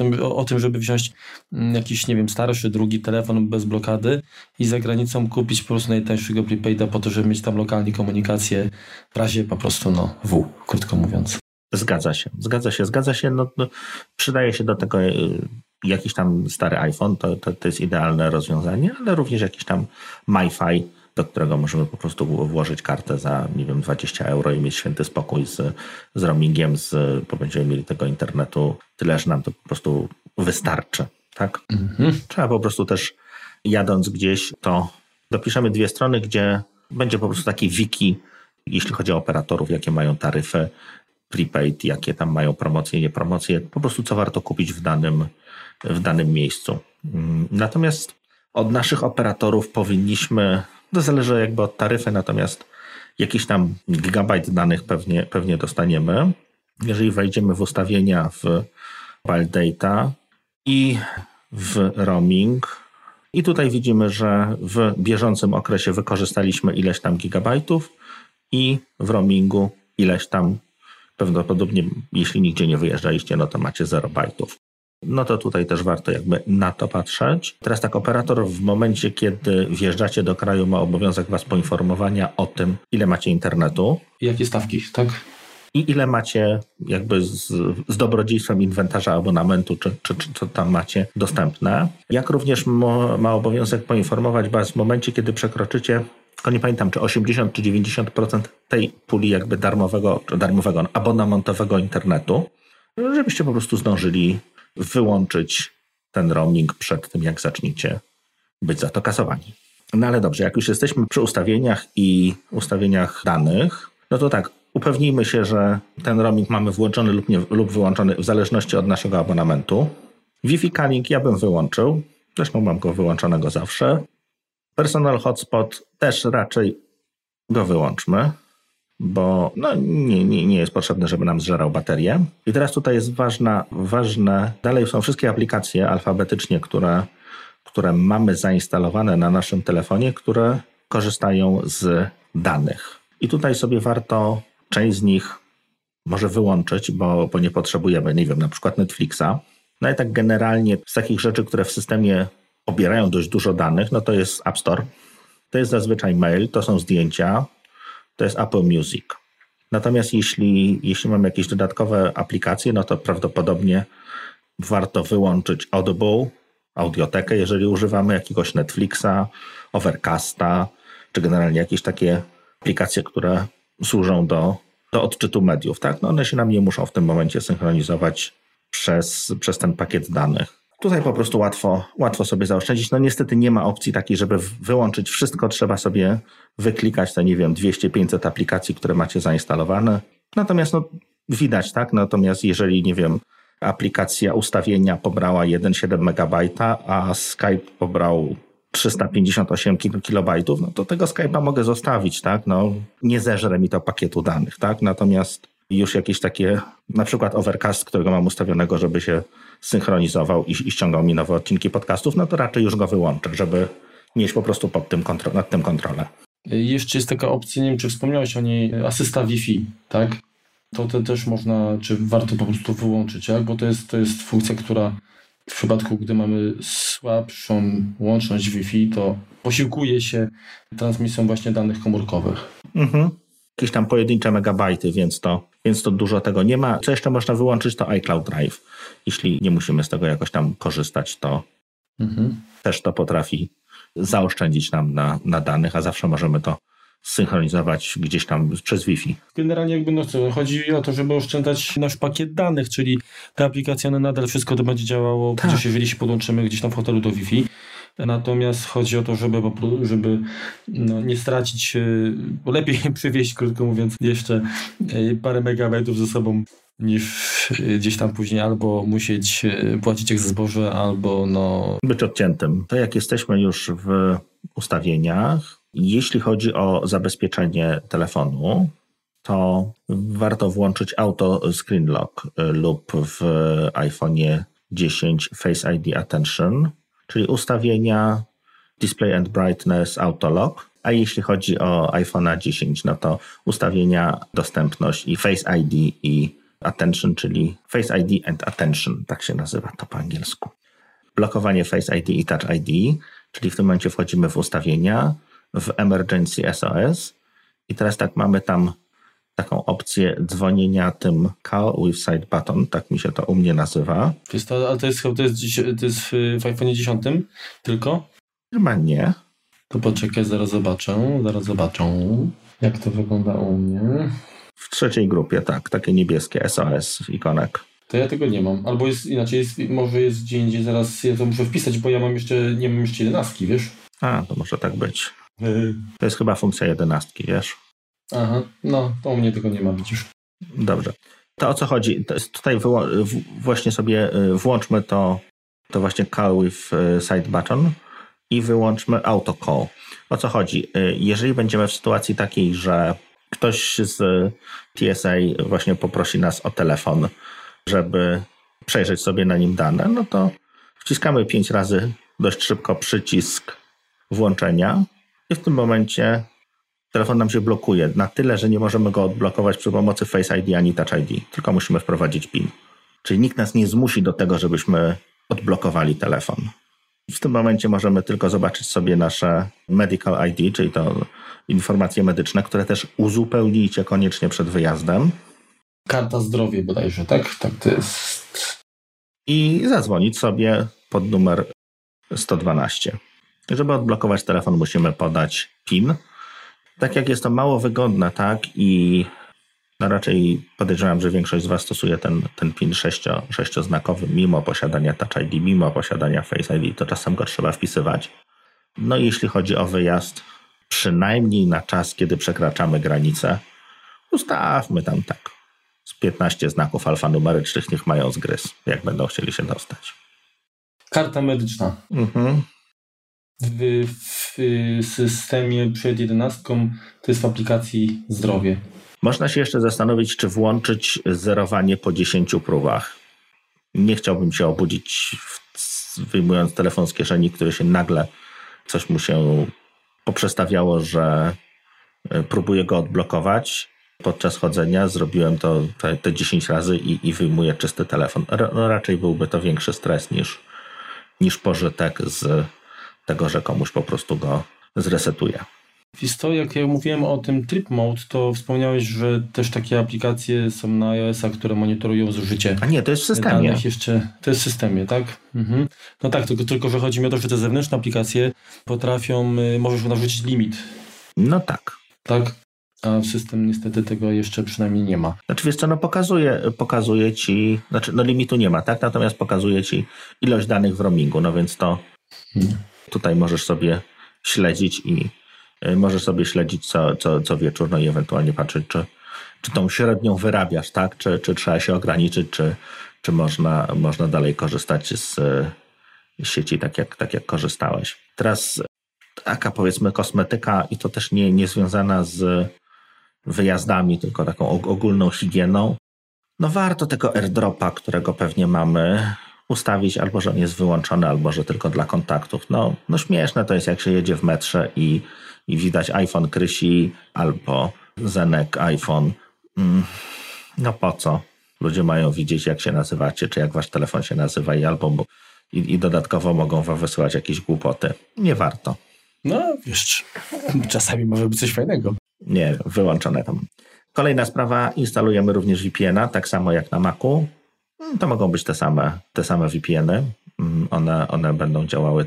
o tym, żeby wziąć jakiś, nie wiem, starszy, drugi telefon bez blokady i za granicą kupić po prostu najtańszego prepaida po to, żeby mieć tam lokalnie komunikację w razie po prostu, krótko mówiąc. Zgadza się. No, przydaje się do tego jakiś tam stary iPhone, to jest idealne rozwiązanie, ale również jakiś tam MiFi, do którego możemy po prostu włożyć kartę za, nie wiem, 20 euro i mieć święty spokój z roamingiem, bo będziemy mieli tego internetu tyle, że nam to po prostu wystarczy, tak? Trzeba po prostu też, jadąc gdzieś, to dopiszemy 2 strony, gdzie będzie po prostu taki wiki, jeśli chodzi o operatorów, jakie mają taryfy prepaid, jakie tam mają promocje, nie promocje, po prostu co warto kupić w danym miejscu. Natomiast od naszych operatorów powinniśmy, to zależy jakby od taryfy, natomiast Jakiś tam gigabajt danych pewnie dostaniemy. Jeżeli wejdziemy w ustawienia w mobile data i w roaming, i tutaj widzimy, że w bieżącym okresie wykorzystaliśmy ileś tam gigabajtów i w roamingu ileś tam, prawdopodobnie jeśli nigdzie nie wyjeżdżaliście, no to macie 0 bajtów. No to tutaj też warto jakby na to patrzeć. Teraz tak, operator w momencie, kiedy wjeżdżacie do kraju, ma obowiązek was poinformowania o tym, ile macie internetu. I jakie stawki, tak? I ile macie jakby z dobrodziejstwem inwentarza abonamentu, czy co tam macie dostępne. Jak również ma obowiązek poinformować was w momencie, kiedy przekroczycie, tylko nie pamiętam, czy 80 czy 90% tej puli jakby darmowego abonamentowego internetu, żebyście po prostu zdążyli wyłączyć ten roaming przed tym, jak zaczniecie być za to kasowani. No ale dobrze, jak już jesteśmy przy ustawieniach i ustawieniach danych, no to tak, upewnijmy się, że ten roaming mamy włączony lub wyłączony w zależności od naszego abonamentu. Wi-Fi calling ja bym wyłączył, zresztą mam go wyłączonego zawsze. Personal hotspot też raczej go wyłączmy, bo no, nie jest potrzebne, żeby nam zżerał baterię. I teraz tutaj jest ważne, dalej są wszystkie aplikacje alfabetycznie, które mamy zainstalowane na naszym telefonie, które korzystają z danych. I tutaj sobie warto część z nich może wyłączyć, bo nie potrzebujemy, nie wiem, na przykład Netflixa. No i tak generalnie z takich rzeczy, które w systemie pobierają dość dużo danych, no to jest App Store, to jest zazwyczaj mail, to są zdjęcia, to jest Apple Music. Natomiast jeśli mamy jakieś dodatkowe aplikacje, no to prawdopodobnie warto wyłączyć Audible, audiotekę, jeżeli używamy jakiegoś Netflixa, Overcasta, czy generalnie jakieś takie aplikacje, które służą do odczytu mediów. Tak? No one się nam nie muszą w tym momencie synchronizować przez ten pakiet danych. Tutaj po prostu łatwo sobie zaoszczędzić. No niestety nie ma opcji takiej, żeby wyłączyć wszystko. Trzeba sobie wyklikać te, 200-500 aplikacji, które macie zainstalowane. Natomiast widać, tak? Natomiast jeżeli, aplikacja ustawienia pobrała 1,7 MB, a Skype pobrał 358 kilobajtów, no to tego Skype'a mogę zostawić, tak? No, nie zeżre mi to pakietu danych, tak? Natomiast już jakieś takie, na przykład Overcast, którego mam ustawionego, żeby się synchronizował i ściągał mi nowe odcinki podcastów, no to raczej już go wyłączę, żeby mieć po prostu nad tym kontrolę. Jeszcze jest taka opcja, nie wiem, czy wspomniałeś o niej, asysta Wi-Fi, tak? To też można, czy warto po prostu wyłączyć, tak? Bo to jest funkcja, która w przypadku, gdy mamy słabszą łączność Wi-Fi, to posiłkuje się transmisją właśnie danych komórkowych. Mhm. Jakieś tam pojedyncze megabajty, więc to dużo tego nie ma. Co jeszcze można wyłączyć, to iCloud Drive. Jeśli nie musimy z tego jakoś tam korzystać, to też to potrafi zaoszczędzić nam na danych, a zawsze możemy to synchronizować gdzieś tam przez Wi-Fi. Generalnie chodzi o to, żeby oszczędzać nasz pakiet danych, czyli te aplikacje, one nadal wszystko to będzie działało, przecież jeżeli się podłączymy gdzieś tam w hotelu do Wi-Fi. Natomiast chodzi o to, żeby nie stracić, bo lepiej przywieźć, krótko mówiąc, jeszcze parę megabajtów ze sobą, niż gdzieś tam później albo musieć płacić jak za zboże, albo być odciętym. To jak jesteśmy już w ustawieniach, jeśli chodzi o zabezpieczenie telefonu, to warto włączyć Auto Screen Lock lub w iPhone'ie 10 Face ID Attention, czyli ustawienia Display and Brightness Auto Lock, a jeśli chodzi o iPhone'a 10, no to ustawienia dostępność i Face ID i Attention, czyli Face ID and Attention, tak się nazywa to po angielsku. Blokowanie Face ID i Touch ID, czyli w tym momencie wchodzimy w ustawienia, w Emergency SOS i teraz tak mamy tam taką opcję dzwonienia tym Call with Side Button, tak mi się to u mnie nazywa. Ale to jest w iPhone 10 tylko? Chyba nie. To poczekaj, zaraz zobaczę, jak to wygląda u mnie. W trzeciej grupie, tak, takie niebieskie SOS ikonek. To ja tego nie mam, albo jest inaczej, może jest gdzie indziej, zaraz ja to muszę wpisać, bo ja nie mam jeszcze 11, wiesz? A, to może tak być. To jest chyba funkcja 11, wiesz? Aha, no to u mnie tego nie ma, widzisz. Dobrze. To o co chodzi? To jest tutaj właśnie sobie włączmy to właśnie Call with Side Button i wyłączmy Auto Call. O co chodzi? Jeżeli będziemy w sytuacji takiej, że ktoś z TSA właśnie poprosi nas o telefon, żeby przejrzeć sobie na nim dane, no to wciskamy 5 razy dość szybko przycisk włączenia i w tym momencie telefon nam się blokuje na tyle, że nie możemy go odblokować przy pomocy Face ID ani Touch ID, tylko musimy wprowadzić PIN. Czyli nikt nas nie zmusi do tego, żebyśmy odblokowali telefon. W tym momencie możemy tylko zobaczyć sobie nasze Medical ID, czyli to informacje medyczne, które też uzupełnijcie koniecznie przed wyjazdem. Karta zdrowia bodajże, tak? Tak to jest. I zadzwonić sobie pod numer 112. Żeby odblokować telefon, musimy podać PIN. Tak jak jest to mało wygodne, tak, i raczej podejrzewam, że większość z Was stosuje ten PIN sześcioznakowy, mimo posiadania Touch ID, mimo posiadania Face ID, to czasem go trzeba wpisywać. No i jeśli chodzi o wyjazd, przynajmniej na czas, kiedy przekraczamy granicę, ustawmy tam tak z 15 znaków alfanumerycznych, niech mają zgryz, jak będą chcieli się dostać. Karta medyczna. W systemie przed 11 to jest w aplikacji Zdrowie. Można się jeszcze zastanowić, czy włączyć zerowanie po 10 próbach. Nie chciałbym się obudzić, wyjmując telefon z kieszeni, który się nagle, coś mu się poprzestawiało, że próbuję go odblokować. Podczas chodzenia zrobiłem to te 10 razy i wyjmuję czysty telefon. No, raczej byłby to większy stres niż pożytek z tego, że komuś po prostu go zresetuje. Wiesz co, jak ja mówiłem o tym Trip Mode, to wspomniałeś, że też takie aplikacje są na iOS-a, które monitorują zużycie. A nie, to jest w systemie. To jest w systemie, tak? No tak, tylko że chodzi mi o to, że te zewnętrzne aplikacje możesz narzucić limit. No tak. Tak? A system niestety tego jeszcze przynajmniej nie ma. Znaczy wiesz co, no pokazuje ci, limitu nie ma, tak? Natomiast pokazuje ci ilość danych w roamingu, no więc to tutaj możesz sobie śledzić co wieczór, no i ewentualnie patrzeć, czy tą średnią wyrabiasz, tak? Czy trzeba się ograniczyć, czy można dalej korzystać z sieci tak jak korzystałeś. Teraz taka powiedzmy kosmetyka i to też nie związana z wyjazdami, tylko taką ogólną higieną. No warto tego AirDropa, którego pewnie mamy, ustawić albo, że on jest wyłączony, albo, że tylko dla kontaktów. No śmieszne to jest, jak się jedzie w metrze i widać iPhone Krysi albo Zenek iPhone. No po co? Ludzie mają widzieć, jak się nazywacie, czy jak wasz telefon się nazywa i dodatkowo mogą wam wysyłać jakieś głupoty. Nie warto. No wiesz, czasami może być coś fajnego. Nie, wyłączone tam. Kolejna sprawa, instalujemy również VPN-a, tak samo jak na Macu. To mogą być te same VPN-y. One będą działały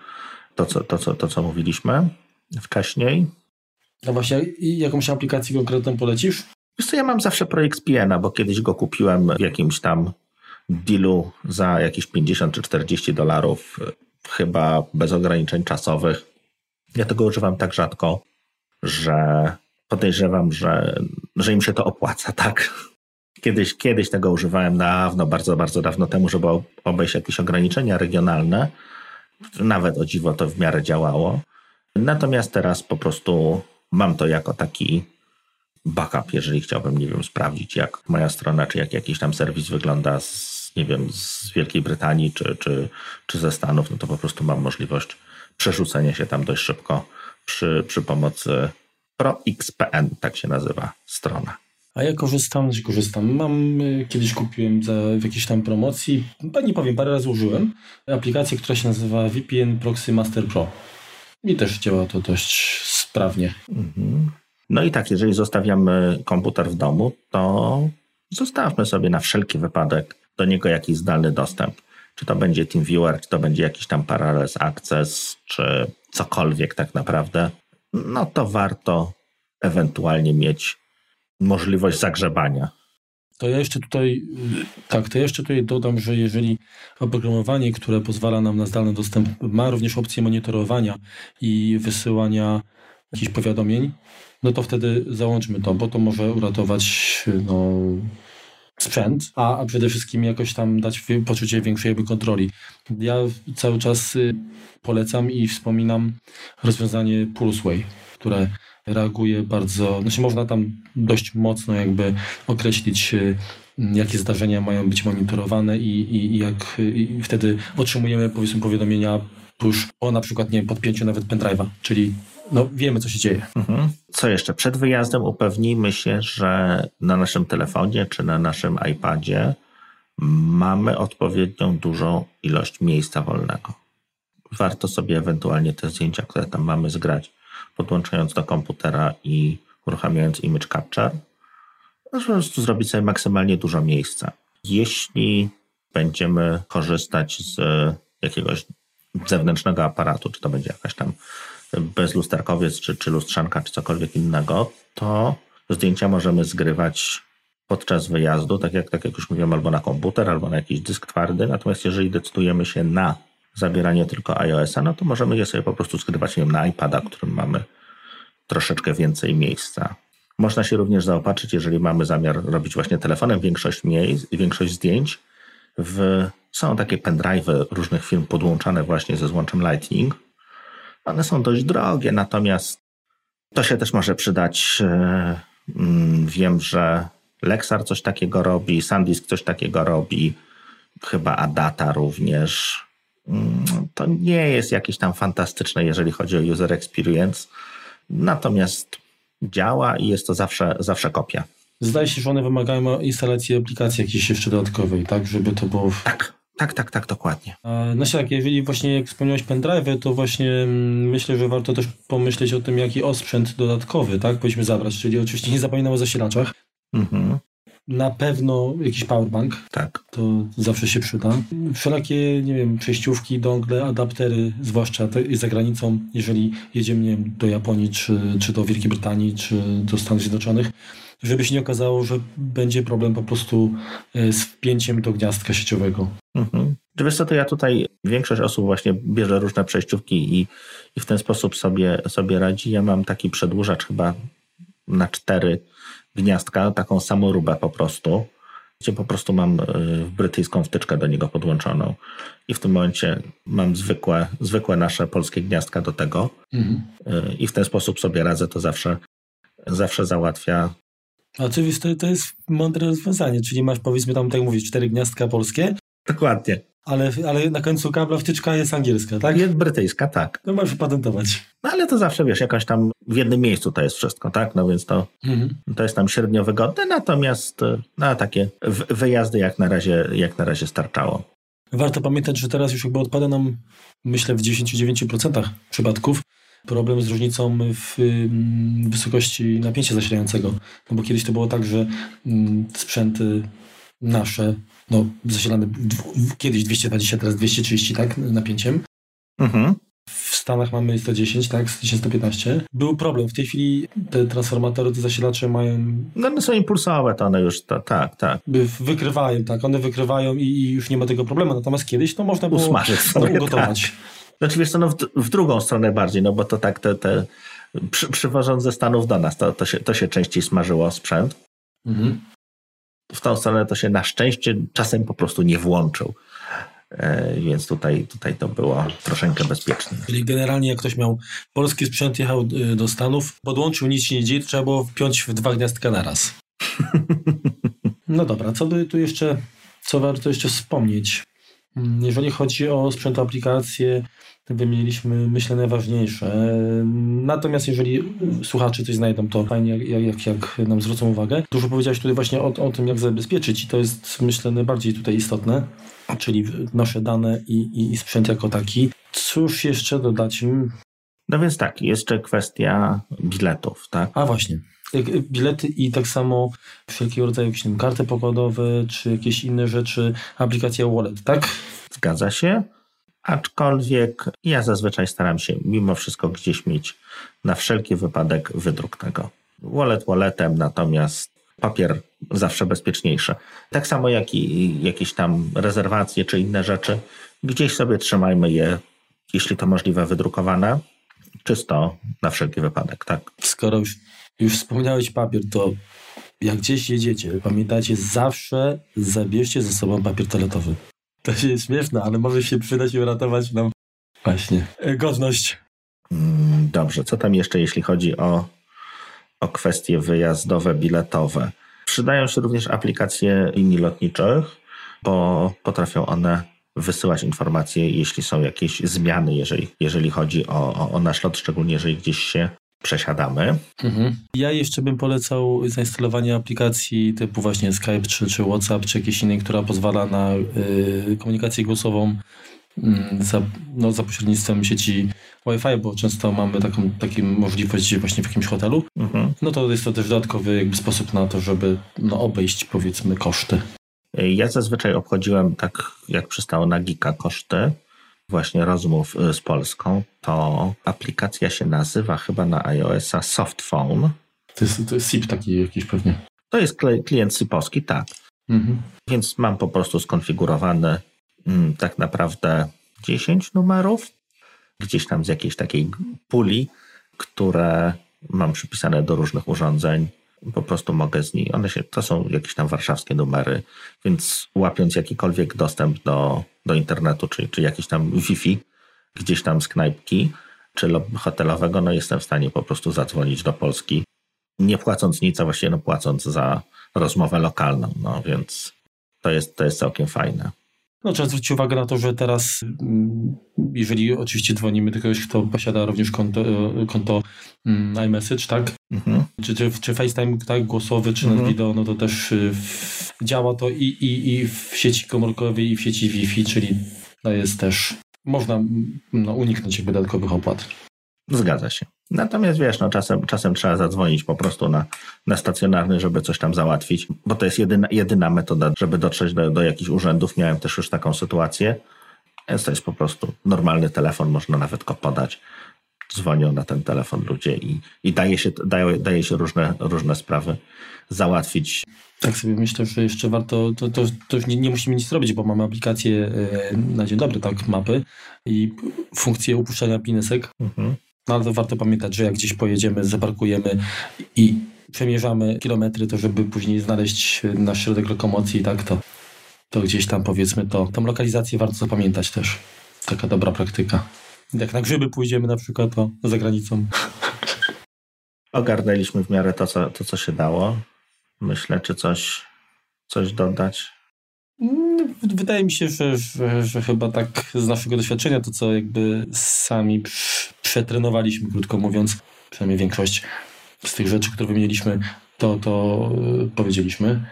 to, co mówiliśmy wcześniej. No właśnie, jakąś aplikację konkretną polecisz? Wiesz co, ja mam zawsze ProXPN-a, bo kiedyś go kupiłem w jakimś tam dealu za jakieś 50 czy $40, chyba bez ograniczeń czasowych. Ja tego używam tak rzadko, że podejrzewam, że im się to opłaca, tak? Kiedyś tego używałem dawno, bardzo, bardzo dawno temu, żeby obejść jakieś ograniczenia regionalne. Nawet o dziwo to w miarę działało. Natomiast teraz po prostu mam to jako taki backup, jeżeli chciałbym, nie wiem, sprawdzić, jak moja strona, czy jak jakiś tam serwis wygląda z Wielkiej Brytanii, czy ze Stanów, no to po prostu mam możliwość przerzucenia się tam dość szybko przy pomocy ProXPN, tak się nazywa strona. A ja korzystam. Kiedyś kupiłem w jakiejś tam promocji, nie powiem, parę razy użyłem, aplikację, która się nazywa VPN Proxy Master Pro. I też działa to dość sprawnie. No i tak, jeżeli zostawiamy komputer w domu, to zostawmy sobie na wszelki wypadek do niego jakiś zdalny dostęp. Czy to będzie TeamViewer, czy to będzie jakiś tam Parallels Access, czy cokolwiek tak naprawdę. No to warto ewentualnie mieć możliwość zagrzebania. To ja jeszcze tutaj dodam, że jeżeli oprogramowanie, które pozwala nam na zdalny dostęp, ma również opcję monitorowania i wysyłania jakichś powiadomień, no to wtedy załączmy to, bo to może uratować sprzęt, a przede wszystkim jakoś tam dać poczucie większej kontroli. Ja cały czas polecam i wspominam rozwiązanie Pulseway, które reaguje bardzo, znaczy można tam dość mocno jakby określić, jakie zdarzenia mają być monitorowane i wtedy otrzymujemy, powiedzmy, powiadomienia już o na przykład, nie wiem, podpięciu nawet pendrive'a, czyli wiemy, co się dzieje. Co jeszcze? Przed wyjazdem upewnijmy się, że na naszym telefonie czy na naszym iPadzie mamy odpowiednią dużą ilość miejsca wolnego. Warto sobie ewentualnie te zdjęcia, które tam mamy, zgrać, podłączając do komputera i uruchamiając image capture, po prostu zrobić sobie maksymalnie dużo miejsca. Jeśli będziemy korzystać z jakiegoś zewnętrznego aparatu, czy to będzie jakaś tam bezlusterkowiec, czy lustrzanka, czy cokolwiek innego, to zdjęcia możemy zgrywać podczas wyjazdu, tak jak już mówiłem, albo na komputer, albo na jakiś dysk twardy. Natomiast jeżeli decydujemy się na zabieranie tylko iOS-a, no to możemy je sobie po prostu zgrywać, nie wiem, na iPada, którym mamy troszeczkę więcej miejsca. Można się również zaopatrzyć, jeżeli mamy zamiar robić właśnie telefonem większość zdjęć. Są takie pendrive'y różnych firm podłączane właśnie ze złączem Lightning. One są dość drogie, natomiast to się też może przydać. Wiem, że Lexar coś takiego robi, SanDisk coś takiego robi, chyba Adata również. To nie jest jakieś tam fantastyczne, jeżeli chodzi o user experience, natomiast działa i jest to zawsze kopia. Zdaje się, że one wymagają instalacji aplikacji jakiejś jeszcze dodatkowej, tak, żeby to było... Tak, dokładnie. Znaczy tak, jeżeli właśnie jak wspomniałeś pendrive, to właśnie myślę, że warto też pomyśleć o tym, jaki osprzęt dodatkowy, tak, powinniśmy zabrać, czyli oczywiście nie zapominam o zasilaczach. Na pewno jakiś powerbank. Tak. To zawsze się przyda. Wszelakie, nie wiem, przejściówki, dongle, adaptery, zwłaszcza za granicą, jeżeli jedziemy, nie wiem, do Japonii, czy do Wielkiej Brytanii, czy do Stanów Zjednoczonych, żeby się nie okazało, że będzie problem po prostu z wpięciem do gniazdka sieciowego. Wiesz co, to ja tutaj, większość osób właśnie bierze różne przejściówki i w ten sposób sobie radzi. Ja mam taki przedłużacz chyba na 4 gniazdka, taką samoróbę po prostu, gdzie po prostu mam brytyjską wtyczkę do niego podłączoną i w tym momencie mam zwykłe nasze polskie gniazdka do tego i w ten sposób sobie radzę, to zawsze załatwia. A oczywiście to jest mądre rozwiązanie, czyli masz, powiedzmy tam, tak mówisz, 4 gniazdka polskie. Dokładnie. Ale na końcu kabla wtyczka jest angielska, tak? Jest brytyjska, tak. No możesz patentować. No ale to zawsze, wiesz, jakoś tam w jednym miejscu to jest wszystko, tak? No więc to jest tam średnio wygodne, natomiast na takie wyjazdy jak na razie starczało. Warto pamiętać, że teraz już jakby odpada nam, myślę, w 99% przypadków problem z różnicą w wysokości napięcia zasilającego. No bo kiedyś to było tak, że sprzęty nasze, zasilane kiedyś 220, teraz 230, tak, napięciem. W Stanach mamy 110, tak, 1115. Był problem. W tej chwili te transformatory, te zasilacze mają... No one są impulsowe, to one już, tak. Wykrywają, tak, one wykrywają i już nie ma tego problemu. Natomiast kiedyś to można było usmażyć sobie, ugotować. Tak. Znaczy wiesz co, w drugą stronę bardziej, bo to tak przywożąc ze Stanów do nas, to się częściej smażyło sprzęt. W tą stronę to się na szczęście czasem po prostu nie włączył. Więc tutaj to było troszeczkę bezpieczne. Czyli generalnie jak ktoś miał polski sprzęt, jechał do Stanów, podłączył, nic się nie dzieje, to trzeba było wpiąć w 2 gniazdka naraz. No dobra, co warto jeszcze wspomnieć? Jeżeli chodzi o sprzęt, aplikacje, wymieniliśmy, myślę, najważniejsze. Natomiast jeżeli słuchacze coś znajdą, to fajnie, jak nam zwrócą uwagę. Dużo powiedziałeś tutaj właśnie o tym, jak zabezpieczyć i to jest, myślę, najbardziej tutaj istotne, czyli nasze dane i sprzęt jako taki. Cóż jeszcze dodać? No więc tak, jeszcze kwestia biletów, tak? A właśnie. Bilety i tak samo wszelkiego rodzaju jakieś karty pokładowe, czy jakieś inne rzeczy, aplikacja Wallet, tak? Zgadza się, aczkolwiek ja zazwyczaj staram się mimo wszystko gdzieś mieć na wszelki wypadek wydruk tego. Wallet walletem, natomiast papier zawsze bezpieczniejszy. Tak samo jak i jakieś tam rezerwacje czy inne rzeczy, gdzieś sobie trzymajmy je, jeśli to możliwe, wydrukowane, czysto na wszelki wypadek, tak? Skoro już wspomniałeś papier, to jak gdzieś jedziecie, pamiętajcie, zawsze zabierzcie ze sobą papier toaletowy. To się jest śmieszne, ale może się przydać i uratować nam właśnie godność. Dobrze, co tam jeszcze, jeśli chodzi o o kwestie wyjazdowe, biletowe. Przydają się również aplikacje linii lotniczych, bo potrafią one wysyłać informacje, jeśli są jakieś zmiany, jeżeli chodzi o nasz lot, szczególnie jeżeli gdzieś się przesiadamy. Ja jeszcze bym polecał zainstalowanie aplikacji typu właśnie Skype, czy WhatsApp, czy jakiejś innej, która pozwala na komunikację głosową za pośrednictwem sieci Wi-Fi, bo często mamy taką możliwość właśnie w jakimś hotelu. No to jest to też dodatkowy jakby sposób na to, żeby obejść, powiedzmy, koszty. Ja zazwyczaj obchodziłem, tak jak przystało na Geeka, koszty właśnie rozmów z Polską. To aplikacja się nazywa chyba na iOS-a Softphone. To jest SIP taki jakiś pewnie. To jest klient SIP-owski, tak. Więc mam po prostu skonfigurowany tak naprawdę 10 numerów, gdzieś tam z jakiejś takiej puli, które mam przypisane do różnych urządzeń. Po prostu mogę z niej, to są jakieś tam warszawskie numery, więc łapiąc jakikolwiek dostęp do internetu, czy jakiś tam Wi-Fi, gdzieś tam z knajpki, czy hotelowego, jestem w stanie po prostu zadzwonić do Polski, nie płacąc nic, a właściwie płacąc za rozmowę lokalną, więc to jest całkiem fajne. Trzeba zwrócić uwagę na to, że teraz, jeżeli oczywiście dzwonimy do kogoś, kto posiada również konto iMessage, tak? Czy FaceTime, tak, głosowy, czy nad wideo, to też działa to i w sieci komórkowej, i w sieci Wi-Fi, czyli to jest też, można uniknąć jakby dodatkowych opłat. Zgadza się. Natomiast czasem trzeba zadzwonić po prostu na stacjonarny, żeby coś tam załatwić, bo to jest jedyna metoda, żeby dotrzeć do jakichś urzędów. Miałem też już taką sytuację, więc to jest po prostu normalny telefon, można nawet go podać. Dzwonią na ten telefon ludzie i daje się różne sprawy załatwić. Tak sobie myślę, że jeszcze warto, to już nie musimy nic robić, bo mamy aplikację na dzień dobry, tak, mapy i funkcję upuszczania pinesek. Ale to warto pamiętać, że jak gdzieś pojedziemy, zaparkujemy i przemierzamy kilometry, to żeby później znaleźć nasz środek lokomocji, tak, to gdzieś tam, powiedzmy, tą lokalizację warto zapamiętać też. Taka dobra praktyka. Jak na grzyby pójdziemy na przykład, to za granicą. Ogarnęliśmy w miarę to, co się dało. Myślę, czy coś dodać? Wydaje mi się, że chyba tak z naszego doświadczenia, to co jakby sami przetrenowaliśmy, krótko mówiąc, przynajmniej większość z tych rzeczy, które wymieniliśmy, to powiedzieliśmy.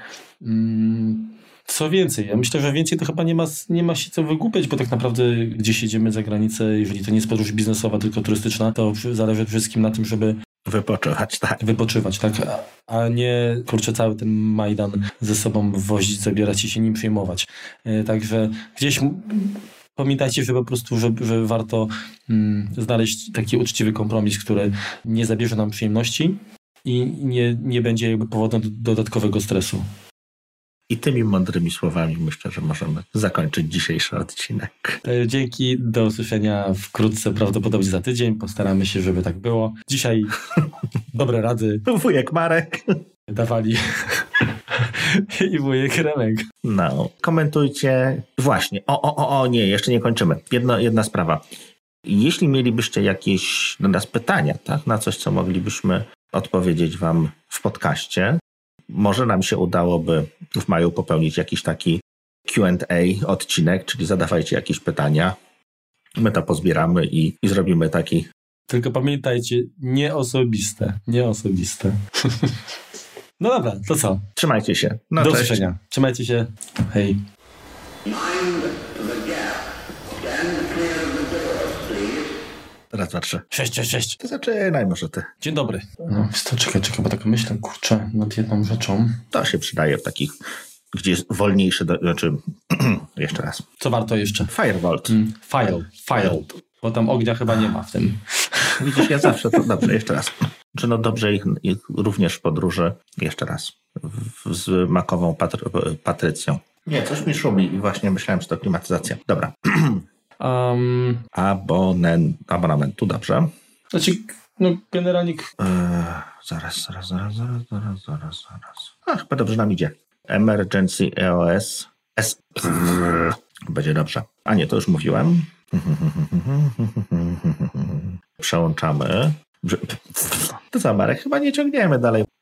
Co więcej, ja myślę, że więcej to chyba nie ma się co wygłupiać, bo tak naprawdę gdzieś jedziemy za granicę, jeżeli to nie jest podróż biznesowa, tylko turystyczna, to zależy przede wszystkim na tym, żeby wypoczywać, tak, a nie, cały ten Majdan ze sobą wozić, zabierać i się nim przejmować. Także gdzieś pamiętajcie, że po prostu, że warto znaleźć taki uczciwy kompromis, który nie zabierze nam przyjemności i nie będzie jakby powodem do dodatkowego stresu. I tymi mądrymi słowami myślę, że możemy zakończyć dzisiejszy odcinek. Dzięki, do usłyszenia wkrótce, prawdopodobnie za tydzień. Postaramy się, żeby tak było. Dzisiaj dobre rady. Wujek Marek dawali i wujek Remek. Komentujcie. Właśnie. Nie, jeszcze nie kończymy. Jedna sprawa. Jeśli mielibyście jakieś do nas pytania, tak, na coś, co moglibyśmy odpowiedzieć wam w podcaście, może nam się udałoby w maju popełnić jakiś taki Q&A odcinek, czyli zadawajcie jakieś pytania. My to pozbieramy i zrobimy taki. Tylko pamiętajcie, nieosobiste. No dobra, to co? Trzymajcie się. Do usłyszenia. Trzymajcie się. Hej. Raz, dwa, trzy. 6. To zaczynaj może ty. Dzień dobry. Czekaj, bo tak myślę, kurczę, nad jedną rzeczą. To się przydaje w takich, gdzie jest wolniejszy, jeszcze raz. Co warto jeszcze? Firewall. File. Bo tam ognia chyba nie ma w tym. Widzisz, ja zawsze to dobrze, jeszcze raz. Dobrze ich również w podróży, jeszcze raz. Z makową Patrycją. Nie, coś mi szumi i właśnie myślałem, że to klimatyzacja. Dobra. Abonamentu, dobrze. Znaczy, generalnie... Zaraz. Chyba dobrze nam idzie. Emergency EOS. Będzie dobrze. A nie, to już mówiłem. Przełączamy. To co, Marek, chyba nie ciągniemy dalej.